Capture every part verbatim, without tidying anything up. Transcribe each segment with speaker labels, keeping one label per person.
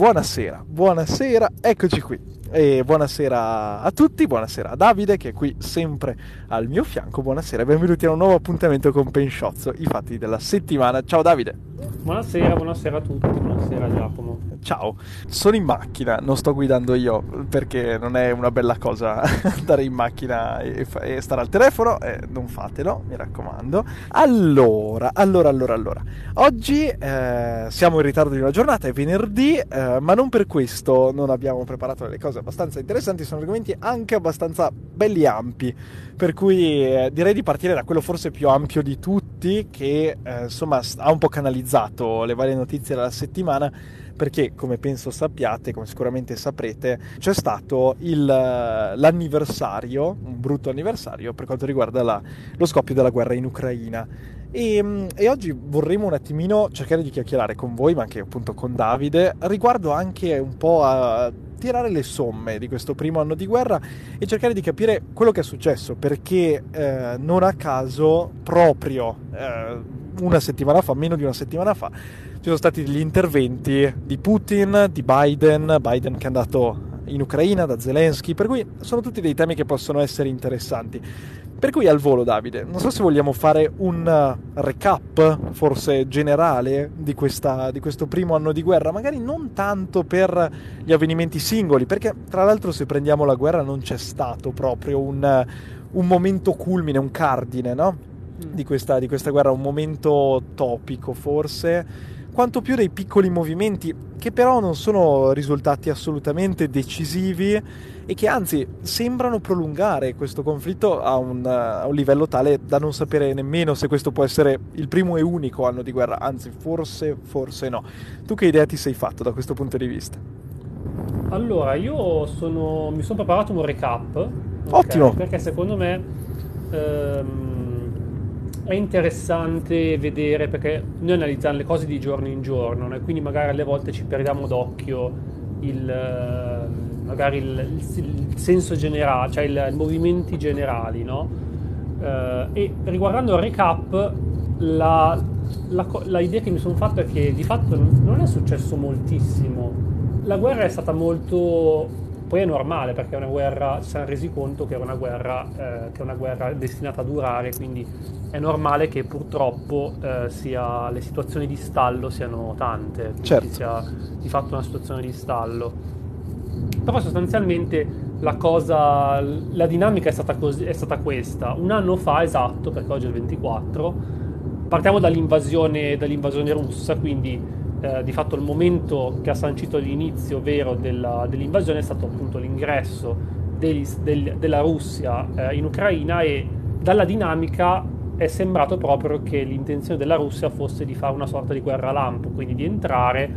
Speaker 1: buonasera, buonasera, eccoci qui. E buonasera a tutti, buonasera a Davide che è qui sempre al mio fianco. Buonasera e benvenuti a un nuovo appuntamento con Penshozzo, i fatti della settimana. Ciao Davide.
Speaker 2: Buonasera, buonasera a tutti, buonasera Giacomo.
Speaker 1: Ciao, sono in macchina, non sto guidando io perché non è una bella cosa andare in macchina e, fa- e stare al telefono, eh, non fatelo, mi raccomando. Allora, allora, allora, allora, oggi eh, siamo in ritardo di una giornata, è venerdì, eh, ma non per questo non abbiamo preparato delle cose abbastanza interessanti, sono argomenti anche abbastanza belli ampi, per cui eh, direi di partire da quello forse più ampio di tutti che eh, insomma ha un po' canalizzato le varie notizie della settimana, perché come penso sappiate, come sicuramente saprete, c'è stato il, l'anniversario, un brutto anniversario per quanto riguarda la, lo scoppio della guerra in Ucraina. E, e oggi vorremmo un attimino cercare di chiacchierare con voi, ma anche appunto con Davide, riguardo anche un po' a tirare le somme di questo primo anno di guerra e cercare di capire quello che è successo, perché eh, non a caso proprio eh, una settimana fa, meno di una settimana fa, ci sono stati degli interventi di Putin, di Biden, Biden che è andato in Ucraina da Zelensky, per cui sono tutti dei temi che possono essere interessanti. Per cui al volo, Davide, non so se vogliamo fare un recap, forse generale, di, questa, di questo primo anno di guerra, magari non tanto per gli avvenimenti singoli, perché tra l'altro se prendiamo la guerra non c'è stato proprio un, un momento culmine, un cardine, no? Di questa, di questa guerra, un momento topico forse, quanto più dei piccoli movimenti che però non sono risultati assolutamente decisivi e che anzi sembrano prolungare questo conflitto a un, a un livello tale da non sapere nemmeno se questo può essere il primo e unico anno di guerra, anzi forse, forse no. Tu che idea ti sei fatto da questo punto di vista?
Speaker 2: Allora, io sono, mi sono preparato un recap, ok?
Speaker 1: Ottimo!
Speaker 2: Perché secondo me ehm, è interessante vedere, perché noi analizziamo le cose di giorno in giorno, no? E quindi magari alle volte ci perdiamo d'occhio il, eh, magari il, il- il senso generale, cioè il- i movimenti generali, no? Eh, e riguardando il recap, la, la co- la idea che mi sono fatto è che di fatto non è successo moltissimo. La guerra è stata molto... Poi è normale perché è una guerra, ci siamo resi conto che è una guerra, eh, che è una guerra destinata a durare, quindi è normale che purtroppo eh, sia, le situazioni di stallo siano tante, quindi
Speaker 1: Certo.
Speaker 2: ci sia di fatto una situazione di stallo. Però sostanzialmente la cosa, la dinamica è stata, così, è stata questa. Un anno fa, esatto, perché oggi è il ventiquattro, partiamo dall'invasione, dall'invasione russa, quindi eh, di fatto il momento che ha sancito l'inizio vero della, dell'invasione è stato appunto l'ingresso degli- del- della Russia eh, in Ucraina, e dalla dinamica è sembrato proprio che l'intenzione della Russia fosse di fare una sorta di guerra lampo, quindi di entrare,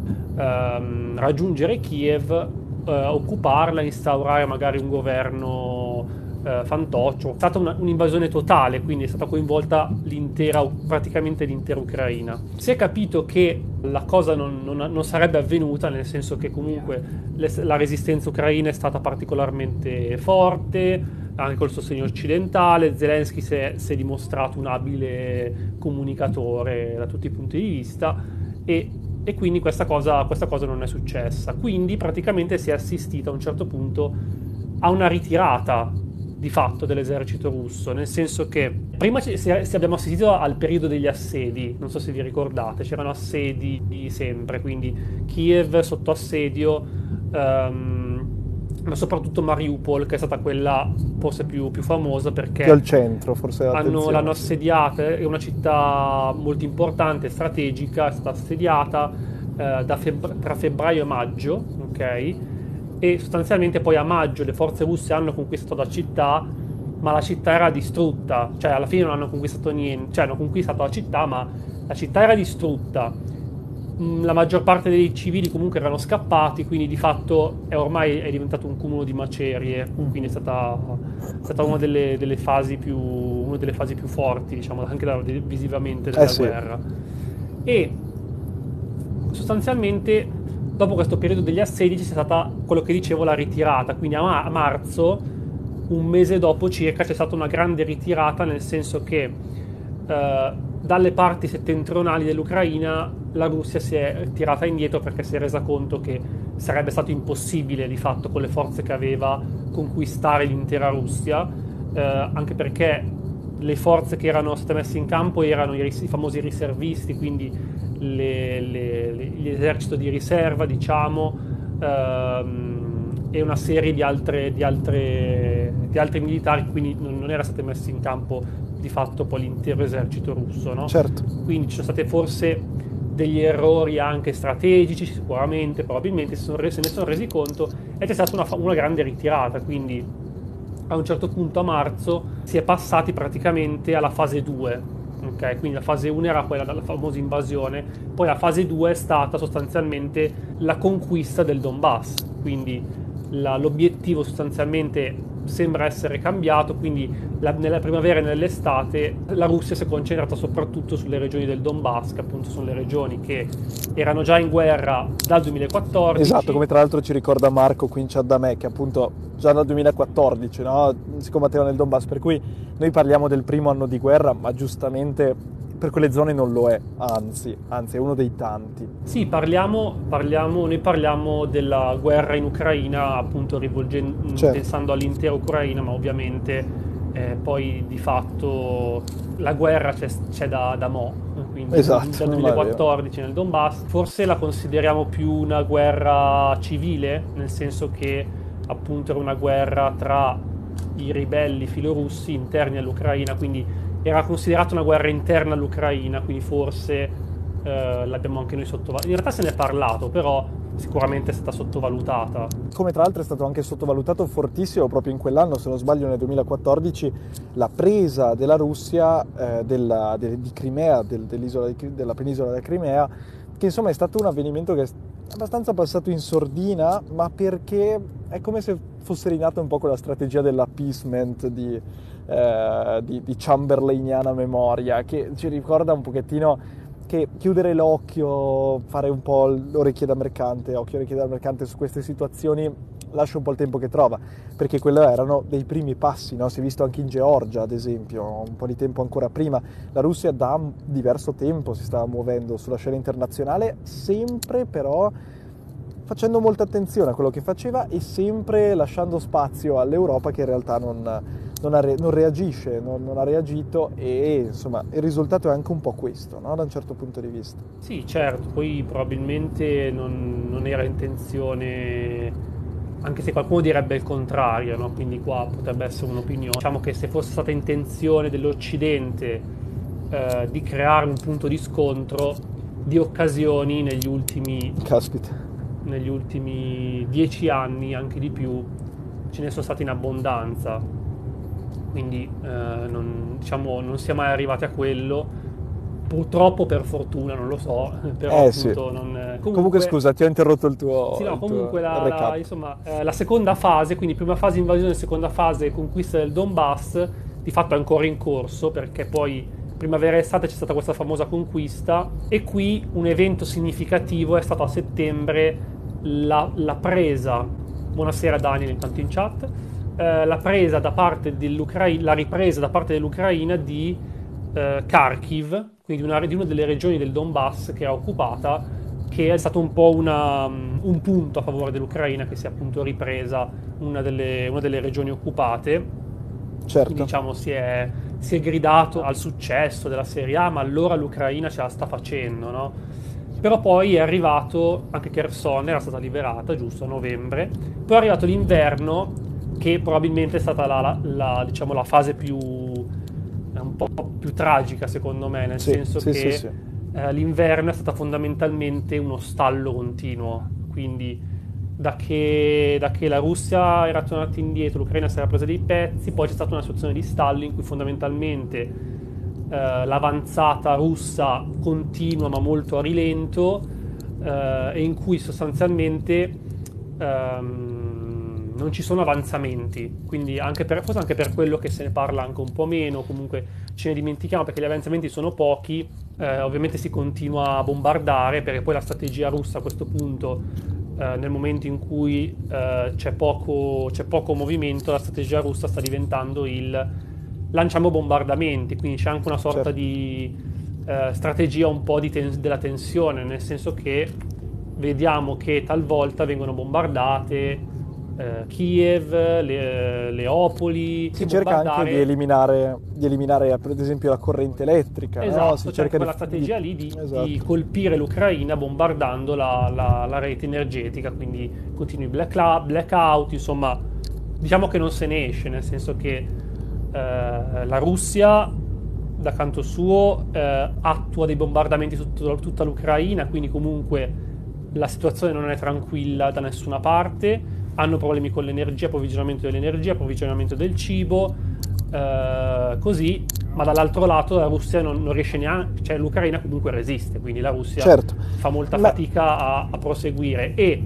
Speaker 2: ehm, raggiungere Kiev, eh, occuparla, instaurare magari un governo eh, fantoccio. È stata una- un'invasione totale, quindi è stata coinvolta l'intera, praticamente l'intera Ucraina. Si è capito che la cosa non, non- non sarebbe avvenuta, nel senso che comunque le- la resistenza ucraina è stata particolarmente forte, anche col sostegno occidentale. Zelensky si è, si è dimostrato un abile comunicatore da tutti i punti di vista, e, e quindi questa cosa, questa cosa non è successa. Quindi praticamente si è assistito a un certo punto a una ritirata di fatto dell'esercito russo, nel senso che prima ci, si, si abbiamo assistito al periodo degli assedi, non so se vi ricordate, c'erano assedi sempre, quindi Kiev sotto assedio, ehm, ma soprattutto Mariupol, che è stata quella forse più, più famosa perché
Speaker 1: Più al centro, forse
Speaker 2: hanno, l'hanno
Speaker 1: attenzione.
Speaker 2: assediata, è una città molto importante, strategica, è stata assediata eh, da febbre- tra febbraio e maggio, ok? E sostanzialmente poi a maggio le forze russe hanno conquistato la città, ma la città era distrutta, cioè alla fine non hanno conquistato niente, cioè hanno conquistato la città, ma la città era distrutta. Mm, La maggior parte dei civili comunque erano scappati, quindi di fatto è ormai è diventato un cumulo di macerie, quindi è stata, è stata una delle, delle fasi più, una delle fasi più forti, diciamo, anche da- visivamente della
Speaker 1: Eh sì.
Speaker 2: guerra. E sostanzialmente dopo questo periodo degli assedi c'è stata quello che dicevo, la ritirata, quindi a, ma- a marzo, un mese dopo circa, c'è stata una grande ritirata, nel senso che eh, dalle parti settentrionali dell'Ucraina la Russia si è tirata indietro perché si è resa conto che sarebbe stato impossibile di fatto con le forze che aveva conquistare l'intera Russia, eh, anche perché le forze che erano state messe in campo erano i, ris- i famosi riservisti, quindi le, le, le, l'esercito di riserva, diciamo, ehm, e una serie di altre, di altre di altri militari, quindi non, non era stato messo in campo di fatto poi l'intero esercito russo, no?
Speaker 1: Certo.
Speaker 2: Quindi ci sono state forse degli errori anche strategici, sicuramente, probabilmente si sono resi, se ne sono resi conto, e c'è stata una, una grande ritirata, quindi a un certo punto a marzo si è passati praticamente alla fase due, ok? Quindi la fase uno era quella della famosa invasione, poi la fase due è stata sostanzialmente la conquista del Donbass, quindi la, l'obiettivo sostanzialmente sembra essere cambiato, quindi la, nella primavera e nell'estate la Russia si è concentrata soprattutto sulle regioni del Donbass, che appunto sono le regioni che erano già in guerra dal duemilaquattordici.
Speaker 1: Esatto, come tra l'altro ci ricorda Marco qui in chat da me, che appunto già dal duemilaquattordici, no, si combatteva nel Donbass, per cui noi parliamo del primo anno di guerra, ma giustamente per quelle zone non lo è, anzi, anzi è uno dei tanti.
Speaker 2: Sì, parliamo, parliamo, noi parliamo della guerra in Ucraina, appunto rivolgendo, certo, pensando all'intera Ucraina, ma ovviamente eh, poi di fatto la guerra c'è, c'è da, da mo', quindi
Speaker 1: esatto,
Speaker 2: dal duemilaquattordici nel Donbass. Forse la consideriamo più una guerra civile, nel senso che appunto era una guerra tra i ribelli filorussi interni all'Ucraina, quindi era considerata una guerra interna all'Ucraina, quindi forse eh, l'abbiamo anche noi sottovalutata. In realtà se ne è parlato, però sicuramente è stata sottovalutata.
Speaker 1: Come tra l'altro è stato anche sottovalutato fortissimo proprio in quell'anno, se non sbaglio nel duemilaquattordici, la presa della Russia eh, della, de, di Crimea, del, dell'isola di, della penisola della Crimea, che insomma è stato un avvenimento che è abbastanza passato in sordina, ma perché è come se fosse rinata un po' quella strategia dell'appeasement di, eh, di, di Chamberlainiana memoria, che ci ricorda un pochettino che chiudere l'occhio, fare un po' l'orecchie da mercante, occhio orecchie da mercante su queste situazioni lascia un po' il tempo che trova, perché quelli erano dei primi passi, no? Si è visto anche in Georgia, ad esempio, un po' di tempo ancora prima. La Russia da diverso tempo si stava muovendo sulla scena internazionale, sempre però facendo molta attenzione a quello che faceva e sempre lasciando spazio all'Europa, che in realtà non, non, ha, non reagisce, non, non ha reagito, e insomma il risultato è anche un po' questo, no? Da un certo punto di vista.
Speaker 2: Sì, certo, poi probabilmente non, non era intenzione, anche se qualcuno direbbe il contrario, no? Quindi qua potrebbe essere un'opinione. Diciamo che se fosse stata intenzione dell'Occidente eh, di creare un punto di scontro, di occasioni negli ultimi...
Speaker 1: Caspita.
Speaker 2: negli ultimi dieci anni, anche di più, ce ne sono stati in abbondanza, quindi eh, non, diciamo, non si è mai arrivati a quello, purtroppo, per fortuna, non lo so, però
Speaker 1: eh,
Speaker 2: appunto
Speaker 1: sì.
Speaker 2: non... Comunque,
Speaker 1: comunque scusa, ti ho interrotto il tuo
Speaker 2: sì, no,
Speaker 1: il
Speaker 2: comunque
Speaker 1: tuo
Speaker 2: la,
Speaker 1: recap.
Speaker 2: la, insomma, eh, la seconda fase, quindi prima fase invasione, seconda fase conquista del Donbass, di fatto è ancora in corso, perché poi primavera e estate c'è stata questa famosa conquista, e qui un evento significativo è stato a settembre la, la presa, buonasera Daniel intanto in chat, eh, la presa da parte dell'Ucraina, la ripresa da parte dell'Ucraina di eh, Kharkiv, quindi una, di una delle regioni del Donbass che era occupata, che è stato un po' una, un punto a favore dell'Ucraina, che si è appunto ripresa una delle, una delle regioni occupate.
Speaker 1: Certo.
Speaker 2: Quindi diciamo si è, si è gridato al successo della Serie A, ma allora l'Ucraina ce la sta facendo, no? Però poi è arrivato, anche Kherson era stata liberata, giusto, a novembre, poi è arrivato l'inverno, che probabilmente è stata la, la, la, diciamo, la fase più, un po' più tragica secondo me, nel
Speaker 1: sì,
Speaker 2: senso
Speaker 1: sì,
Speaker 2: che
Speaker 1: sì, sì.
Speaker 2: Eh, l'inverno è stato fondamentalmente uno stallo continuo, quindi da che, da che la Russia era tornata indietro, l'Ucraina si era presa dei pezzi, poi c'è stata una situazione di stallo in cui fondamentalmente eh, l'avanzata russa continua ma molto a rilento, eh, e in cui sostanzialmente ehm, non ci sono avanzamenti, quindi anche per, forse anche per quello che se ne parla anche un po' meno, comunque ce ne dimentichiamo perché gli avanzamenti sono pochi, eh, ovviamente si continua a bombardare perché poi la strategia russa a questo punto, Uh, nel momento in cui uh, c'è, poco, c'è poco movimento, la strategia russa sta diventando il lanciamo bombardamenti, quindi c'è anche una sorta
Speaker 1: certo.
Speaker 2: di, eh, strategia un po' di ten- della tensione, nel senso che vediamo che talvolta vengono bombardate eh, Kiev, le, Leopoli,
Speaker 1: Si
Speaker 2: e
Speaker 1: cerca anche
Speaker 2: bombardare.
Speaker 1: di eliminare, di eliminare per esempio la corrente elettrica, no?
Speaker 2: Esatto,
Speaker 1: Si
Speaker 2: c'è
Speaker 1: cerca
Speaker 2: quella
Speaker 1: di,
Speaker 2: strategia
Speaker 1: di-
Speaker 2: lì di,
Speaker 1: esatto.
Speaker 2: di colpire l'Ucraina bombardando la, la- la rete energetica, quindi continui black- blackout, insomma, diciamo che non se ne esce, nel senso che eh, la Russia, da canto suo, eh, attua dei bombardamenti su tutto- tutta l'Ucraina, quindi comunque la situazione non è tranquilla da nessuna parte, hanno problemi con l'energia, approvvigionamento dell'energia, approvvigionamento del cibo, eh, così, ma dall'altro lato la Russia non, non riesce neanche, cioè l'Ucraina comunque resiste, quindi la Russia
Speaker 1: Certo,
Speaker 2: fa molta
Speaker 1: ma
Speaker 2: fatica a, a proseguire e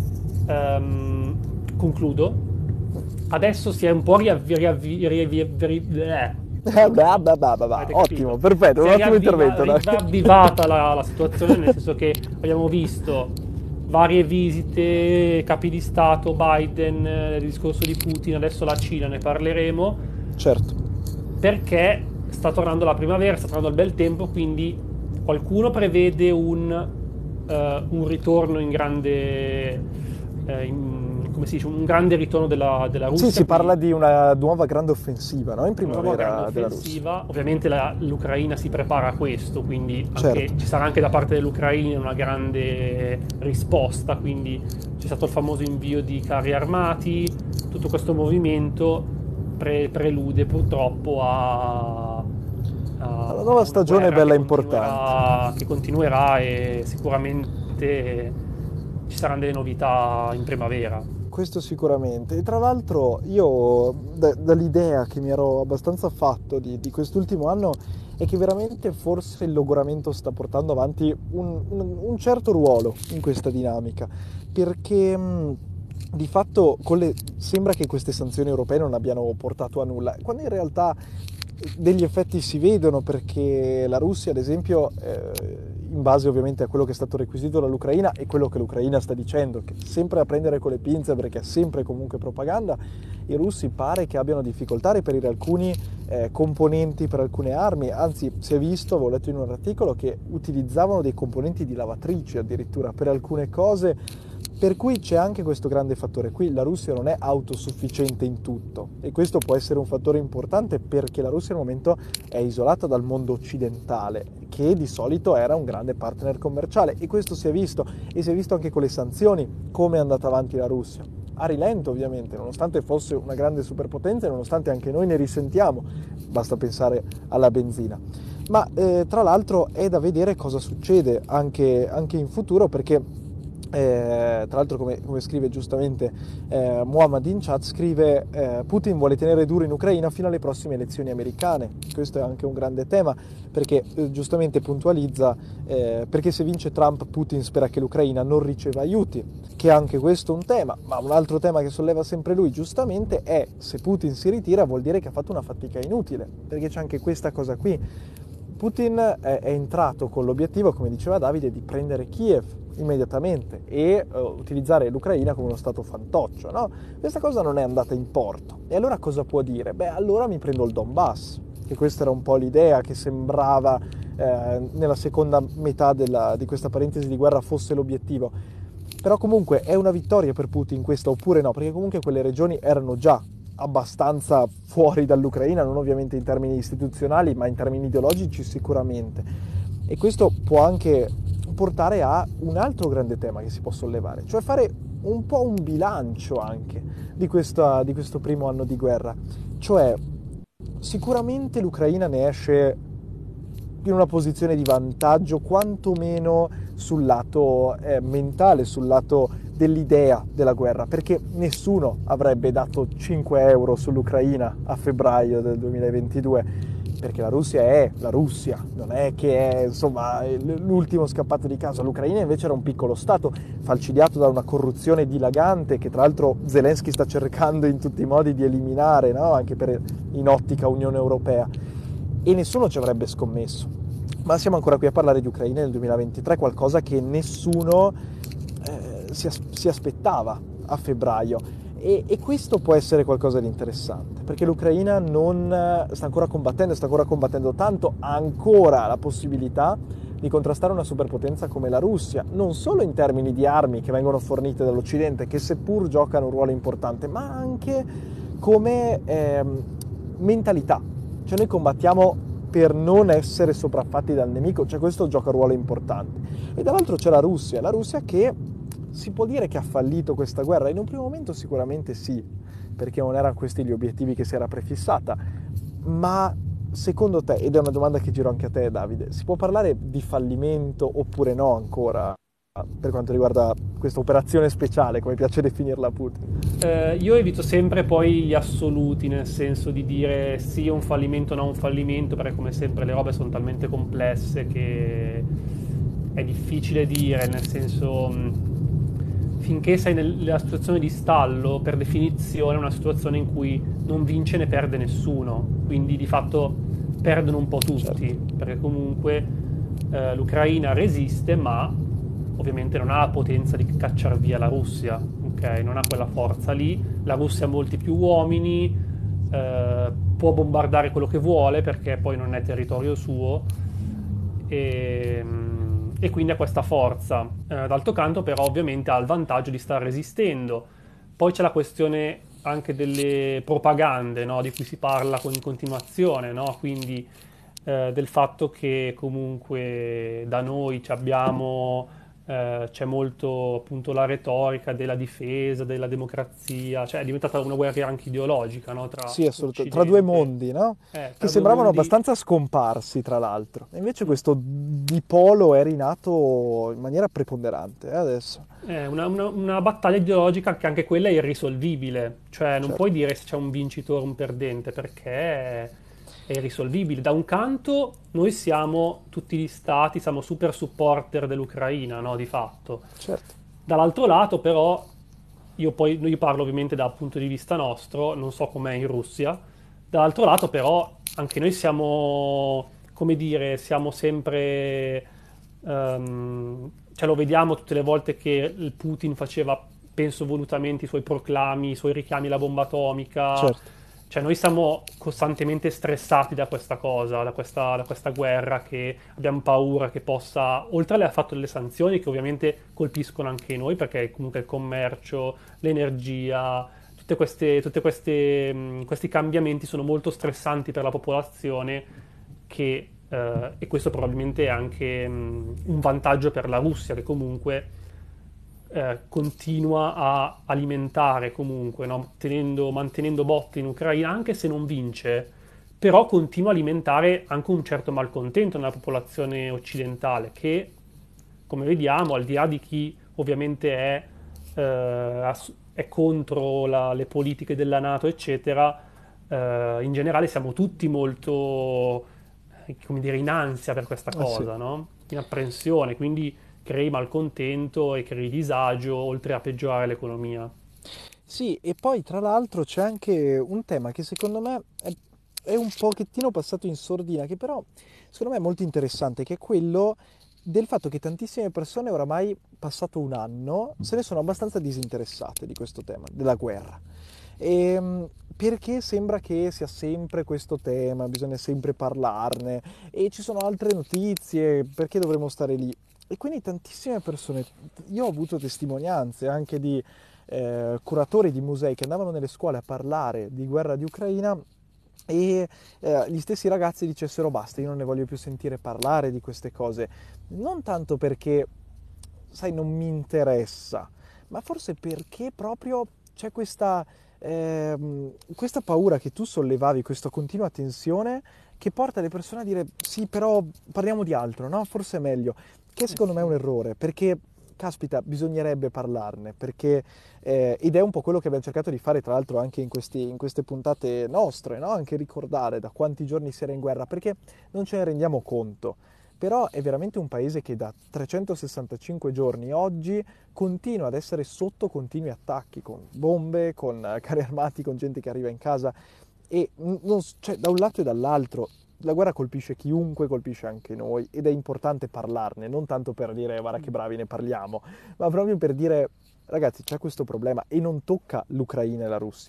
Speaker 2: ehm, concludo, adesso si è un po' riavvi, riavvi, riavvi, riavvi- eh,
Speaker 1: bah, bah, bah, bah, bah.
Speaker 2: avete
Speaker 1: Ottimo,
Speaker 2: capito?
Speaker 1: perfetto,
Speaker 2: Si
Speaker 1: un
Speaker 2: è
Speaker 1: ottimo
Speaker 2: riavviva-
Speaker 1: intervento, dai.
Speaker 2: riavvivata la, la situazione, nel senso che abbiamo visto varie visite, capi di Stato, Biden, eh, il discorso di Putin, adesso la Cina, ne parleremo,
Speaker 1: Certo.
Speaker 2: perché sta tornando la primavera, sta tornando il bel tempo, quindi qualcuno prevede un, eh, un ritorno in grande, eh, in- come si dice, un grande ritorno della, della
Speaker 1: Sì,
Speaker 2: Russia,
Speaker 1: si
Speaker 2: quindi
Speaker 1: parla di una nuova grande offensiva, no? In
Speaker 2: una nuova grande
Speaker 1: primavera della Russia.
Speaker 2: offensiva. Ovviamente la- l'Ucraina si prepara a questo, quindi anche-
Speaker 1: Certo.
Speaker 2: ci sarà anche da parte dell'Ucraina una grande risposta, quindi c'è stato il famoso invio di carri armati, tutto questo movimento pre- prelude purtroppo a, a
Speaker 1: Alla nuova
Speaker 2: una
Speaker 1: stagione
Speaker 2: guerra
Speaker 1: bella
Speaker 2: che
Speaker 1: importante.
Speaker 2: continuerà, che continuerà e sicuramente ci saranno delle novità in primavera.
Speaker 1: Questo sicuramente. E tra l'altro io da- dall'idea che mi ero abbastanza fatto di, di quest'ultimo anno è che veramente forse il logoramento sta portando avanti un, un- un certo ruolo in questa dinamica, perché mh, di fatto con le- sembra che queste sanzioni europee non abbiano portato a nulla, quando in realtà degli effetti si vedono, perché la Russia, ad esempio, eh, in base ovviamente a quello che è stato requisito dall'Ucraina e quello che l'Ucraina sta dicendo, che sempre a prendere con le pinze perché è sempre comunque propaganda, i russi pare che abbiano difficoltà a reperire alcuni eh, componenti per alcune armi, anzi si è visto, avevo letto in un articolo, che utilizzavano dei componenti di lavatrici addirittura per alcune cose. Per cui c'è anche questo grande fattore qui, la Russia non è autosufficiente in tutto e questo può essere un fattore importante, perché la Russia al momento è isolata dal mondo occidentale, che di solito era un grande partner commerciale, e questo si è visto, e si è visto anche con le sanzioni come è andata avanti la Russia. A rilento ovviamente, nonostante fosse una grande superpotenza e nonostante anche noi ne risentiamo, basta pensare alla benzina. Ma eh, tra l'altro è da vedere cosa succede anche, anche in futuro, perché eh, tra l'altro, come, come scrive giustamente eh, Muhammad in chat, scrive eh, Putin vuole tenere duro in Ucraina fino alle prossime elezioni americane. Questo è anche un grande tema, perché eh, giustamente puntualizza eh, perché se vince Trump, Putin spera che l'Ucraina non riceva aiuti, che è anche questo un tema. Ma un altro tema che solleva sempre lui giustamente è: se Putin si ritira vuol dire che ha fatto una fatica inutile, perché c'è anche questa cosa qui. Putin è, è entrato con l'obiettivo, come diceva Davide, di prendere Kiev immediatamente e uh, utilizzare l'Ucraina come uno stato fantoccio, no? Questa cosa non è andata in porto. E allora cosa può dire? Beh, allora mi prendo il Donbass, che questa era un po' l'idea che sembrava eh, nella seconda metà della, di questa parentesi di guerra fosse l'obiettivo. Però comunque è una vittoria per Putin questa oppure no? Perché comunque quelle regioni erano già abbastanza fuori dall'Ucraina, non ovviamente in termini istituzionali, ma in termini ideologici sicuramente. E questo può anche portare a un altro grande tema che si può sollevare, cioè fare un po' un bilancio anche di, questa, di questo primo anno di guerra. Cioè, sicuramente l'Ucraina ne esce in una posizione di vantaggio, quantomeno sul lato eh, mentale, sul lato dell'idea della guerra, perché nessuno avrebbe dato cinque euro sull'Ucraina a febbraio del duemilaventidue, perché la Russia è la Russia, non è che è insomma l'ultimo scappato di casa. L'Ucraina invece era un piccolo stato falcidiato da una corruzione dilagante che tra l'altro Zelensky sta cercando in tutti i modi di eliminare, no? Anche per, in ottica Unione Europea, e nessuno ci avrebbe scommesso. Ma siamo ancora qui a parlare di Ucraina nel duemilaventitré, qualcosa che nessuno eh, si, as- si aspettava a febbraio, e, e questo può essere qualcosa di interessante. perché l'Ucraina non eh, sta ancora combattendo, sta ancora combattendo tanto, ha ancora la possibilità di contrastare una superpotenza come la Russia, non solo in termini di armi che vengono fornite dall'Occidente, che seppur giocano un ruolo importante, ma anche come ehm, mentalità. Cioè noi combattiamo per non essere sopraffatti dal nemico, cioè questo gioca un ruolo importante. E dall'altro c'è la Russia, la Russia che si può dire che ha fallito questa guerra, in un primo momento sicuramente sì, perché non erano questi gli obiettivi che si era prefissata, ma secondo te, ed è una domanda che giro anche a te Davide, si può parlare di fallimento oppure no ancora per quanto riguarda questa operazione speciale, come piace definirla a Putin?
Speaker 2: Eh, io evito sempre poi gli assoluti, nel senso di dire sì, è un fallimento, no, un fallimento, perché come sempre le robe sono talmente complesse che è difficile dire, nel senso, mh, finché sei nel- nella situazione di stallo, per definizione è una situazione in cui non vince né perde nessuno, quindi di fatto perdono un po'
Speaker 1: Certo,
Speaker 2: tutti, perché comunque eh, l'Ucraina resiste, ma ovviamente non ha la potenza di cacciare via la Russia, ok? Non ha quella forza lì. La Russia ha molti più uomini, eh, può bombardare quello che vuole perché poi non è territorio suo e, e quindi ha questa forza. Eh, d'altro canto, però, ovviamente ha il vantaggio di stare resistendo. Poi c'è la questione anche delle propagande, no? Di cui si parla con- in continuazione, no? Quindi eh, del fatto che comunque da noi ci abbiamo, eh, c'è molto appunto la retorica della difesa, della democrazia, cioè è diventata una guerra anche ideologica, no? Tra
Speaker 1: sì, assolutamente, tra due
Speaker 2: Occidente,
Speaker 1: mondi, no?
Speaker 2: eh,
Speaker 1: Che
Speaker 2: tra due
Speaker 1: sembravano
Speaker 2: mondi.
Speaker 1: abbastanza scomparsi, tra l'altro. E invece
Speaker 2: Mm.
Speaker 1: questo dipolo è rinato in maniera preponderante, eh, adesso.
Speaker 2: È una, una- una battaglia ideologica che anche quella è irrisolvibile, cioè non puoi
Speaker 1: Certo,
Speaker 2: dire se c'è un vincitore o un perdente perché è irrisolvibile. Da un canto noi siamo tutti gli stati, siamo super supporter dell'Ucraina, no? Di fatto.
Speaker 1: certo.
Speaker 2: Dall'altro lato però, io poi io parlo ovviamente dal punto di vista nostro, non so com'è in Russia, dall'altro lato però anche noi siamo, come dire, siamo sempre, ehm, cioè lo vediamo tutte le volte che il Putin faceva, penso volutamente, i suoi proclami, i suoi richiami alla bomba atomica,
Speaker 1: Certo.
Speaker 2: cioè noi siamo costantemente stressati da questa cosa, da questa, da questa guerra che abbiamo paura che possa, oltre alle ha fatto delle sanzioni che ovviamente colpiscono anche noi perché comunque il commercio, l'energia, tutte queste, tutte queste, mh, questi cambiamenti sono molto stressanti per la popolazione che, eh, e questo probabilmente è anche mh, un vantaggio per la Russia che comunque eh, continua a alimentare comunque, no? Tenendo- mantenendo botte in Ucraina, anche se non vince, però continua a alimentare anche un certo malcontento nella popolazione occidentale, che, come vediamo, al di là di chi ovviamente è, eh, ass- è contro la- le politiche della NATO, eccetera, eh, in generale siamo tutti molto, eh, come dire, in ansia per questa
Speaker 1: Eh sì.
Speaker 2: cosa, no? In apprensione, quindi crei malcontento e crei disagio, oltre a peggiorare l'economia.
Speaker 1: Sì, e poi tra l'altro c'è anche un tema che secondo me è, è un pochettino passato in sordina, che però secondo me è molto interessante, che è quello del fatto che tantissime persone oramai, passato un anno, se ne sono abbastanza disinteressate di questo tema, della guerra. Ehm, perché sembra che sia sempre questo tema, bisogna sempre parlarne e ci sono altre notizie, perché dovremmo stare lì? E quindi tantissime persone, io ho avuto testimonianze anche di eh, curatori di musei che andavano nelle scuole a parlare di guerra di Ucraina e eh, gli stessi ragazzi dicessero basta, io non ne voglio più sentire parlare di queste cose, non tanto perché, sai, non mi interessa, ma forse perché proprio c'è questa, ehm, questa paura che tu sollevavi, questa continua tensione che porta le persone a dire sì, però parliamo di altro, no? Forse è meglio, che
Speaker 2: Eh
Speaker 1: secondo me è un
Speaker 2: sì.
Speaker 1: errore, perché caspita, bisognerebbe parlarne, perché, eh, ed è un po' quello che abbiamo cercato di fare, tra l'altro, anche in, questi, in queste puntate nostre, no? Anche ricordare da quanti giorni si era in guerra, perché non ce ne rendiamo conto. Però è veramente un paese che da trecentosessantacinque giorni oggi continua ad essere sotto continui attacchi, con bombe, con eh, carri armati, con gente che arriva in casa e non, cioè, da un lato e dall'altro la guerra colpisce chiunque, colpisce anche noi ed è importante parlarne, non tanto per dire guarda che bravi ne parliamo, ma proprio per dire ragazzi c'è questo problema e non tocca l'Ucraina e la Russia,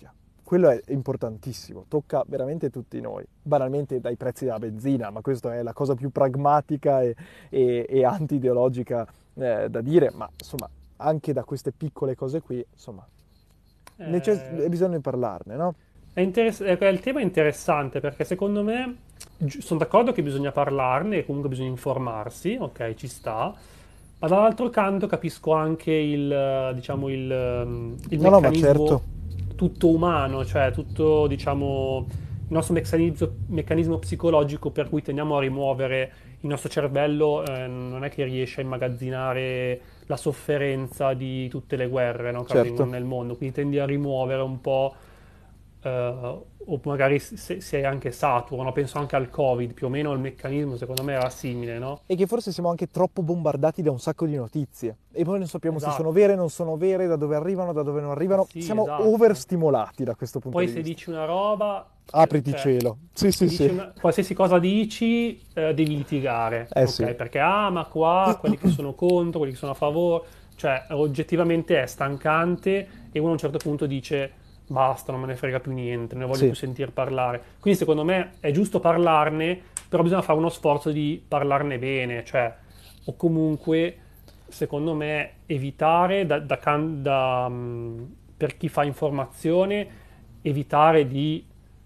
Speaker 1: quello è importantissimo, tocca veramente tutti noi, banalmente dai prezzi della benzina, ma questa è la cosa più pragmatica e, e, e anti-ideologica eh, da dire, ma insomma anche da queste piccole cose qui, insomma, necess-
Speaker 2: Eh,
Speaker 1: bisogna parlarne, no?
Speaker 2: È interess- eh, il tema è interessante perché secondo me gi- sono d'accordo che bisogna parlarne e comunque bisogna informarsi, ok, ci sta, ma dall'altro canto capisco anche il, eh, diciamo, il, ehm, il
Speaker 1: No, no, ma
Speaker 2: meccanismo
Speaker 1: certo,
Speaker 2: tutto umano, cioè tutto, diciamo, il nostro meccanismo, meccanismo psicologico per cui tendiamo a rimuovere il nostro cervello, eh, non è che riesce a immagazzinare la sofferenza di tutte le guerre, no, che avvengono
Speaker 1: certo.
Speaker 2: nel mondo, quindi tendi a rimuovere un po', eh, o magari se, se è anche saturo, no? Penso anche al Covid, più o meno il meccanismo secondo me era simile, no?
Speaker 1: E che forse siamo anche troppo bombardati da un sacco di notizie e poi non sappiamo se sono
Speaker 2: Esatto,
Speaker 1: vere, non sono vere, da dove arrivano, da dove non arrivano.
Speaker 2: sì,
Speaker 1: Siamo
Speaker 2: esatto.
Speaker 1: overstimolati da questo punto
Speaker 2: Poi
Speaker 1: di
Speaker 2: se
Speaker 1: vista.
Speaker 2: dici una roba, eh,
Speaker 1: Apriti
Speaker 2: cioè,
Speaker 1: cielo. Sì,
Speaker 2: se
Speaker 1: sì,
Speaker 2: dici
Speaker 1: sì.
Speaker 2: una- qualsiasi cosa dici, eh, devi litigare,
Speaker 1: Eh sì.
Speaker 2: ok? Perché, ah, ma qua, quelli che sono contro, quelli che sono a favore, cioè, oggettivamente è stancante e uno a un certo punto dice, basta, non me ne frega più niente, non ne voglio
Speaker 1: Sì,
Speaker 2: più sentir parlare. Quindi secondo me è giusto parlarne, però bisogna fare uno sforzo di parlarne bene, cioè, o comunque, secondo me, evitare da, da can- da, mh, per chi fa informazione, evitare di,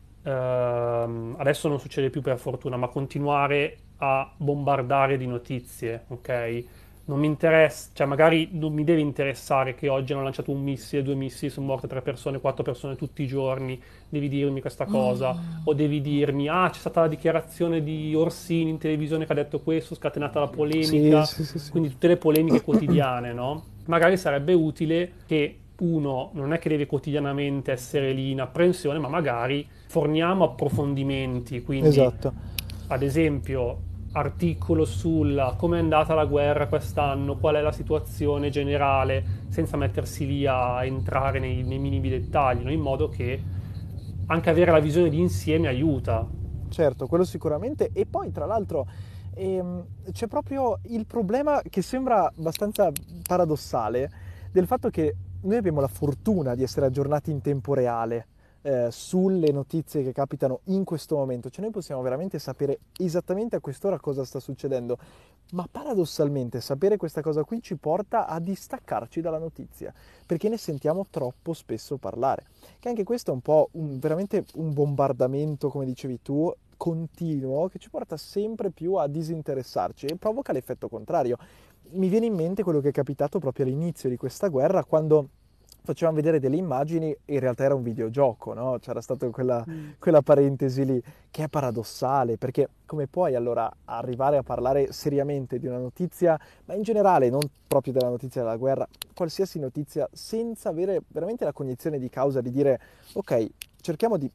Speaker 2: ehm, adesso non succede più per fortuna, ma continuare a bombardare di notizie, ok? Non mi interessa, cioè magari non mi deve interessare che oggi hanno lanciato un missile, due missili, sono morte tre persone, quattro persone tutti i giorni, devi dirmi questa cosa, o devi dirmi, ah, c'è stata la dichiarazione di Orsini in televisione che ha detto questo, scatenata la
Speaker 1: sì,
Speaker 2: polemica,
Speaker 1: sì, sì, sì.
Speaker 2: quindi tutte le polemiche quotidiane, no? Magari sarebbe utile che uno non è che deve quotidianamente essere lì in apprensione, ma magari forniamo approfondimenti, quindi
Speaker 1: Esatto.
Speaker 2: ad esempio articolo sulla come è andata la guerra quest'anno, qual è la situazione generale, senza mettersi lì a entrare nei, nei minimi dettagli, no? In modo che anche avere la visione di insieme aiuta.
Speaker 1: Certo, quello sicuramente. E poi, tra l'altro, ehm, c'è proprio il problema che sembra abbastanza paradossale del fatto che noi abbiamo la fortuna di essere aggiornati in tempo reale eh, sulle notizie che capitano in questo momento. Cioè noi possiamo veramente sapere esattamente a quest'ora cosa sta succedendo, ma paradossalmente sapere questa cosa qui ci porta a distaccarci dalla notizia, perché ne sentiamo troppo spesso parlare. Che anche questo è un po' un, veramente un bombardamento, come dicevi tu, continuo, che ci porta sempre più a disinteressarci e provoca l'effetto contrario. Mi viene in mente quello che è capitato proprio all'inizio di questa guerra, quando facevano vedere delle immagini e in realtà era un videogioco, no? C'era stata quella,
Speaker 2: Mm.
Speaker 1: quella parentesi lì, che è paradossale, perché come puoi allora arrivare a parlare seriamente di una notizia, ma in generale, non proprio della notizia della guerra, qualsiasi notizia, senza avere veramente la cognizione di causa, di dire, ok, cerchiamo di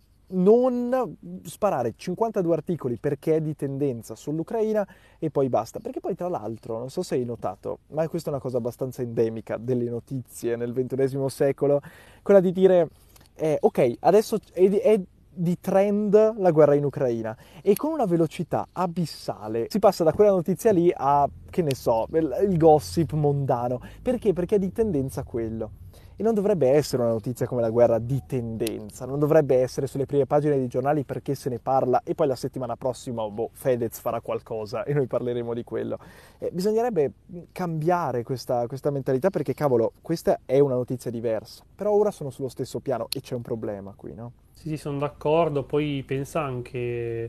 Speaker 1: non sparare cinquantadue articoli perché è di tendenza sull'Ucraina e poi basta. Perché poi tra l'altro, non so se hai notato, ma questa è una cosa abbastanza endemica delle notizie nel ventunesimo secolo, quella di dire, eh, ok, adesso è di, è di trend la guerra in Ucraina e con una velocità abissale si passa da quella notizia lì a, che ne so, il, il gossip mondano. Perché? Perché è di tendenza quello. E non dovrebbe essere una notizia come la guerra di tendenza, non dovrebbe essere sulle prime pagine dei giornali perché se ne parla e poi la settimana prossima, boh, Fedez farà qualcosa e noi parleremo di quello. Eh, bisognerebbe cambiare questa, questa mentalità perché, cavolo, questa è una notizia diversa, però ora sono sullo stesso piano e c'è un problema qui, no?
Speaker 2: Sì, sì, sono d'accordo. Poi pensa anche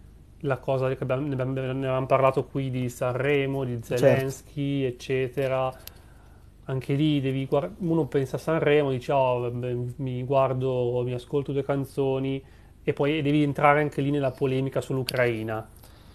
Speaker 2: la cosa che abbiamo, ne abbiamo ne avevamo parlato qui di Sanremo, di
Speaker 1: Certo,
Speaker 2: Zelensky, eccetera. Anche lì devi guard- uno pensa a Sanremo, dice, oh, beh, mi guardo, mi ascolto due canzoni e poi devi entrare anche lì nella polemica sull'Ucraina.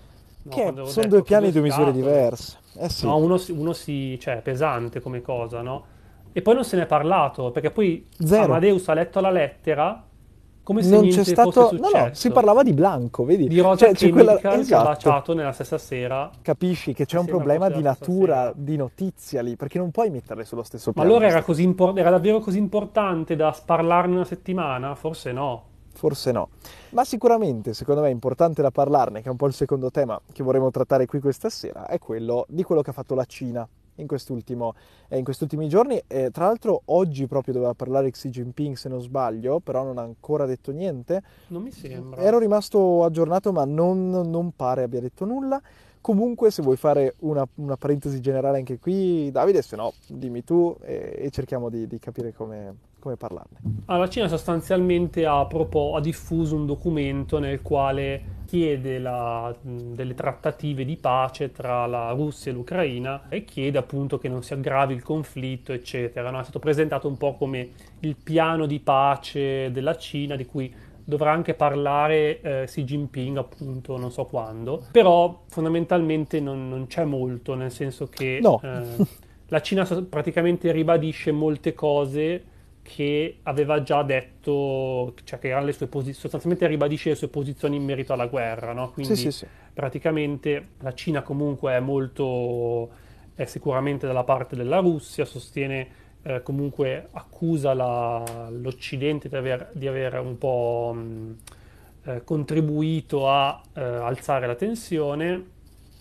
Speaker 2: No,
Speaker 1: che
Speaker 2: quando ho
Speaker 1: sono due
Speaker 2: detto che
Speaker 1: piani e
Speaker 2: due
Speaker 1: due misure
Speaker 2: scatole.
Speaker 1: diverse. Eh sì,
Speaker 2: No, uno, si- uno si, cioè, è pesante come cosa, no? E poi non se ne è parlato, perché poi
Speaker 1: zero.
Speaker 2: Amadeus ha letto la lettera come se
Speaker 1: Non c'è
Speaker 2: niente fosse
Speaker 1: stato, no, no, si
Speaker 2: successo.
Speaker 1: parlava di Blanco, vedi?
Speaker 2: Di Rosa
Speaker 1: Cioè, c'è quella,
Speaker 2: Chemical che ha
Speaker 1: esatto.
Speaker 2: baciato nella stessa sera,
Speaker 1: Capisci che c'è
Speaker 2: mi
Speaker 1: un
Speaker 2: sembra
Speaker 1: problema
Speaker 2: fosse
Speaker 1: di
Speaker 2: la stessa
Speaker 1: natura,
Speaker 2: sera.
Speaker 1: di notizia lì, perché non puoi metterle sullo stesso
Speaker 2: Ma
Speaker 1: piano
Speaker 2: allora era
Speaker 1: queste
Speaker 2: così
Speaker 1: cose.
Speaker 2: impor- era davvero così importante da parlarne una settimana? Forse no.
Speaker 1: Forse no. Ma sicuramente, secondo me, è importante da parlarne, che è un po' il secondo tema che vorremmo trattare qui questa sera, è quello di quello che ha fatto la Cina in quest'ultimo, eh, in questi ultimi giorni. Eh, tra l'altro oggi proprio doveva parlare Xi Jinping se non sbaglio, però non ha ancora detto niente.
Speaker 2: Non mi sembra.
Speaker 1: Ero rimasto aggiornato ma non, non pare abbia detto nulla. Comunque se vuoi fare una, una parentesi generale anche qui, Davide, se no dimmi tu e, e cerchiamo di, di capire come, come parlarne.
Speaker 2: Ah, la Cina sostanzialmente ha, propo- ha diffuso un documento nel quale chiede la- mh, delle trattative di pace tra la Russia e l'Ucraina e chiede appunto che non si aggravi il conflitto, eccetera, no? È stato presentato un po' come il piano di pace della Cina, di cui dovrà anche parlare eh, Xi Jinping, appunto, non so quando, però fondamentalmente non, non c'è molto, nel senso che
Speaker 1: No,
Speaker 2: eh, la Cina so- praticamente ribadisce molte cose che aveva già detto, cioè che erano le sue posizioni, sostanzialmente ribadisce le sue posizioni in merito alla guerra, no?
Speaker 1: sì, sì,
Speaker 2: Quindi
Speaker 1: sì.
Speaker 2: praticamente la Cina comunque è molto, è sicuramente dalla parte della Russia, sostiene eh, comunque accusa la- l'Occidente di aver, di aver un po' mh, eh, contribuito a eh, alzare la tensione,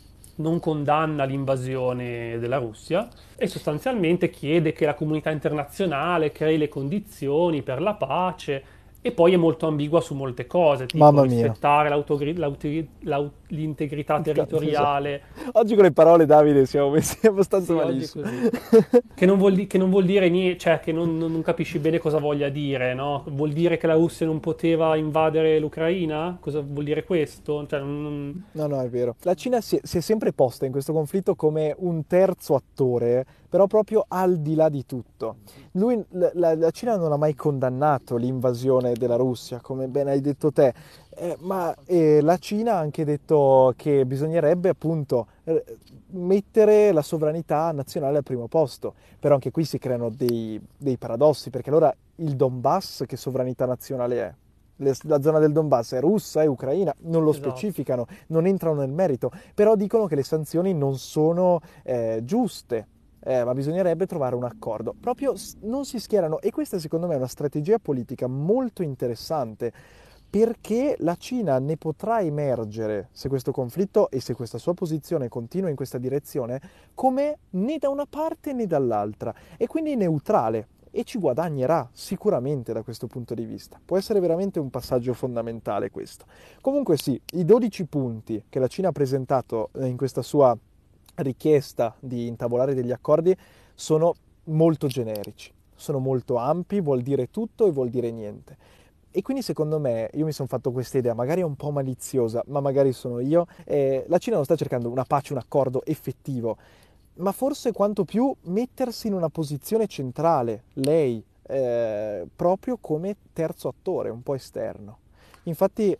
Speaker 2: non condanna l'invasione della Russia e sostanzialmente chiede che la comunità internazionale crei le condizioni per la pace e poi è molto ambigua su molte cose, tipo
Speaker 1: Mamma mia.
Speaker 2: rispettare l'autogri- l'autori- l'au- l'integrità
Speaker 1: Esatto.
Speaker 2: territoriale.
Speaker 1: Oggi con le parole, Davide, siamo messi abbastanza
Speaker 2: Sì, oggi è
Speaker 1: malissimo.
Speaker 2: così. Che non vuol, di- che non vuol dire niente, cioè che non, non- non capisci bene cosa voglia dire, no? Vuol dire che la Russia non poteva invadere l'Ucraina? Cosa vuol dire questo? Cioè, non- non-
Speaker 1: No, no, è vero. La Cina si è, si è sempre posta in questo conflitto come un terzo attore, però proprio al di là di tutto. Lui, la, la- la Cina non ha mai condannato l'invasione della Russia, come ben hai detto te, eh, ma eh, la Cina ha anche detto che bisognerebbe appunto eh, mettere la sovranità nazionale al primo posto. Però anche qui si creano dei, dei paradossi, perché allora il Donbass che sovranità nazionale è? Le- La zona del Donbass è russa, è ucraina, non lo
Speaker 2: Esatto.
Speaker 1: specificano, non entrano nel merito, però dicono che le sanzioni non sono eh, giuste, eh, ma bisognerebbe trovare un accordo. Proprio s- non si schierano e questa secondo me è una strategia politica molto interessante perché la Cina ne potrà emergere, se questo conflitto e se questa sua posizione continua in questa direzione, come né da una parte né dall'altra e quindi neutrale e ci guadagnerà sicuramente da questo punto di vista. Può essere veramente un passaggio fondamentale questo. Comunque sì, i dodici punti che la Cina ha presentato eh, in questa sua richiesta di intavolare degli accordi sono molto generici, sono molto ampi, vuol dire tutto e vuol dire niente. E quindi secondo me, io mi sono fatto questa idea, magari è un po' maliziosa, ma magari sono io, eh, la Cina non sta cercando una pace, un accordo effettivo, ma forse quanto più mettersi in una posizione centrale, lei, eh, proprio come terzo attore, un po' esterno. Infatti